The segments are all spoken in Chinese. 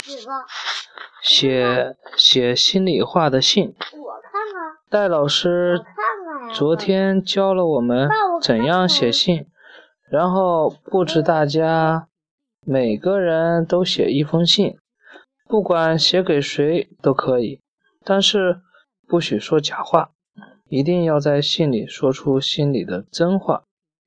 写心里话的信。戴老师昨天教了我们怎样写信，然后布置大家每个人都写一封信，不管写给谁都可以，但是不许说假话，一定要在信里说出心里的真话，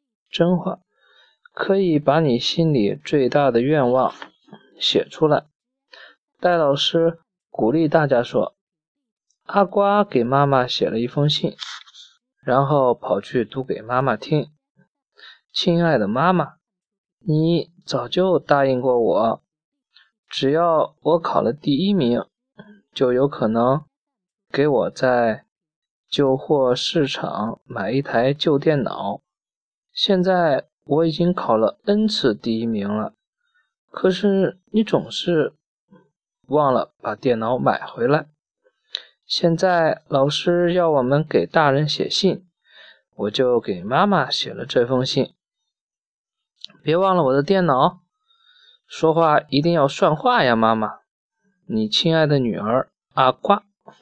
可以把你心里最大的愿望写出来。戴老师鼓励大家说，阿瓜给妈妈写了一封信，然后跑去读给妈妈听。亲爱的妈妈，你早就答应过我，只要我考了第1名，就有可能给我在旧货市场买一台旧电脑。现在我已经考了 N 次第1名了，可是你总是忘了把电脑买回来。现在老师要我们给大人写信，我就给妈妈写了这封信。别忘了我的电脑，说话一定要算话呀，妈妈。你亲爱的女儿阿瓜。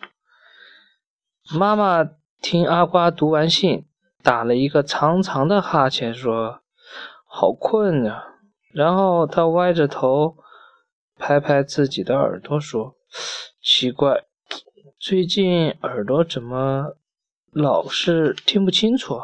妈妈听阿瓜读完信，打了一个长长的哈欠，说好困啊。然后她歪着头拍拍自己的耳朵，说奇怪，最近耳朵怎么老是听不清楚？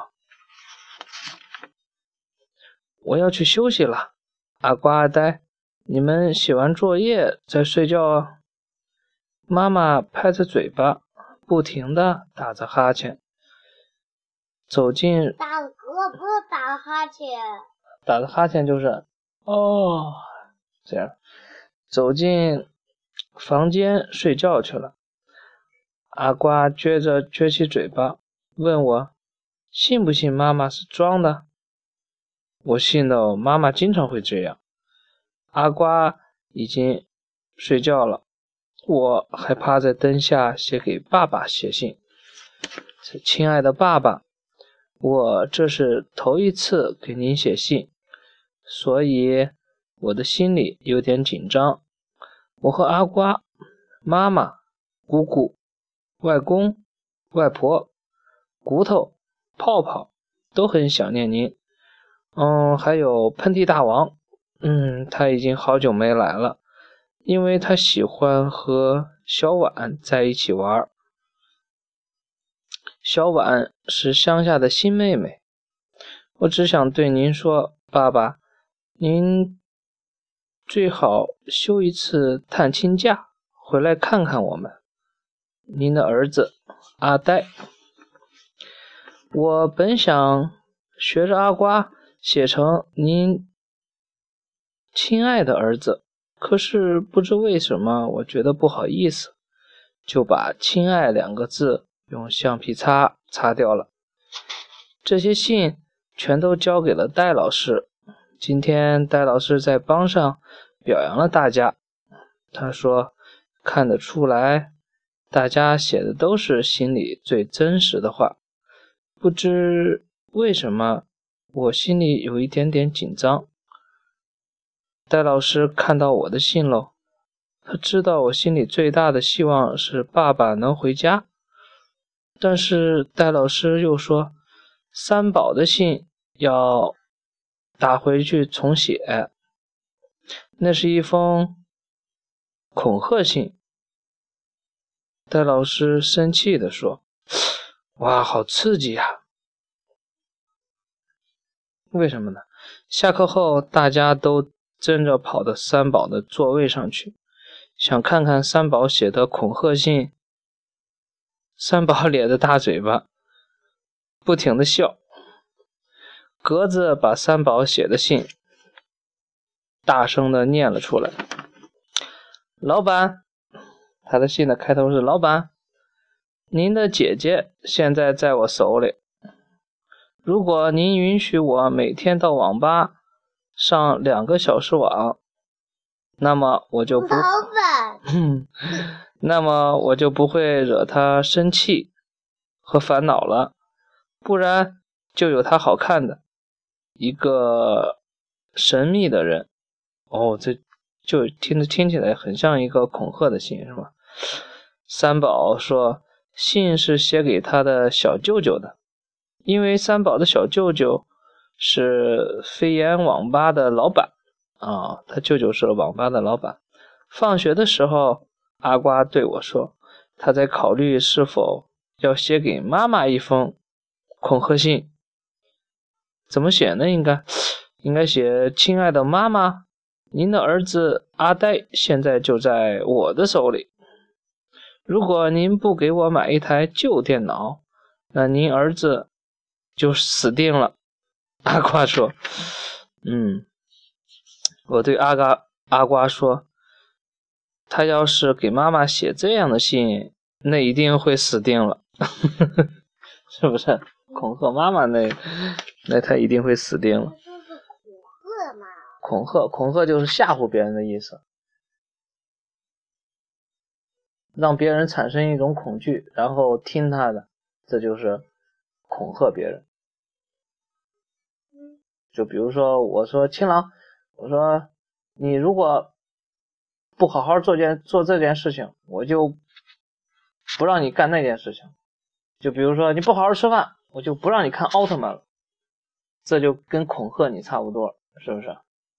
我要去休息了。阿瓜阿呆，你们写完作业再睡觉啊。妈妈拍着嘴巴，不停地打着哈欠，走进打嗝不是打哈欠， 打的哈欠就是哦这样，走进房间睡觉去了。阿瓜撅起嘴巴，问我信不信妈妈是装的。我信的，妈妈经常会这样。阿瓜已经睡觉了，我还趴在灯下写给爸爸写信。亲爱的爸爸，我这是头一次给您写信，所以我的心里有点紧张。我和阿瓜、妈妈、姑姑、外公、外婆、骨头、泡泡都很想念您。还有喷嚏大王，他已经好久没来了，因为他喜欢和小婉在一起玩。小婉是乡下的新妹妹。我只想对您说，爸爸，您最好休一次探亲假，回来看看我们。您的儿子阿呆。我本想学着阿瓜写成您亲爱的儿子，可是不知为什么我觉得不好意思，就把亲爱2个字用橡皮擦擦掉了。这些信全都交给了戴老师。今天戴老师在帮上表扬了大家，他说看得出来大家写的都是心里最真实的话。不知为什么我心里有一点点紧张。戴老师看到我的信喽，他知道我心里最大的希望是爸爸能回家，但是戴老师又说三宝的信要打回去重写，那是一封恐吓信。戴老师生气地说，哇，好刺激呀！为什么呢？下课后大家都争着跑到三宝的座位上去，想看看三宝写的恐吓信。三宝咧着大嘴巴，不停地笑。格子把三宝写的信大声地念了出来。老板，他的信的开头是老板，您的姐姐现在在我手里，如果您允许我每天到网吧上2个小时网，那么我就不那么我就不会惹他生气和烦恼了，不然就有他好看的一个神秘的人。这就听起来很像一个恐吓的信，是吧？三宝说信是写给他的小舅舅的，因为三宝的小舅舅是飞檐网吧的老板啊，他舅舅是网吧的老板。放学的时候，阿瓜对我说，他在考虑是否要写给妈妈一封恐吓信。怎么写呢？应该写：亲爱的妈妈，您的儿子阿呆现在就在我的手里。如果您不给我买一台旧电脑，那您儿子就死定了。阿瓜说：我对阿瓜说，他要是给妈妈写这样的信，那一定会死定了。是不是？恐吓妈妈那他一定会死定了。 这是恐吓嘛？ 恐吓就是吓唬别人的意思，让别人产生一种恐惧，然后听他的，这就是恐吓别人。就比如说我说青狼，我说你如果不好好做这件事情，我就不让你干那件事情。就比如说你不好好吃饭，我就不让你看奥特曼了。这就跟恐吓你差不多，是不是？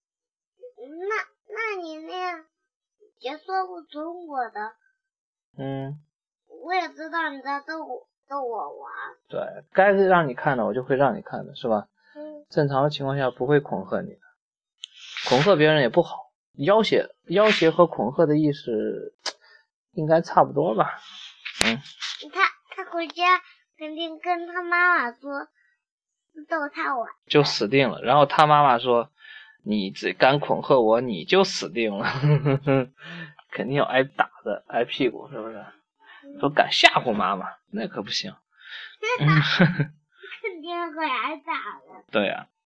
那你那样也说不准我的。我也知道你在逗我玩。 对，该让你看的我就会让你看的，是吧？正常的情况下不会恐吓你的，恐吓别人也不好。要挟和恐吓的意思应该差不多吧？ 他回家肯定跟他妈妈说，逗他玩， 就死定了。然后他妈妈说，你只敢恐吓我，你就死定了。肯定要挨打的，挨屁股，是不是？说敢吓唬妈妈，那可不行。 肯定会挨打的。 对呀，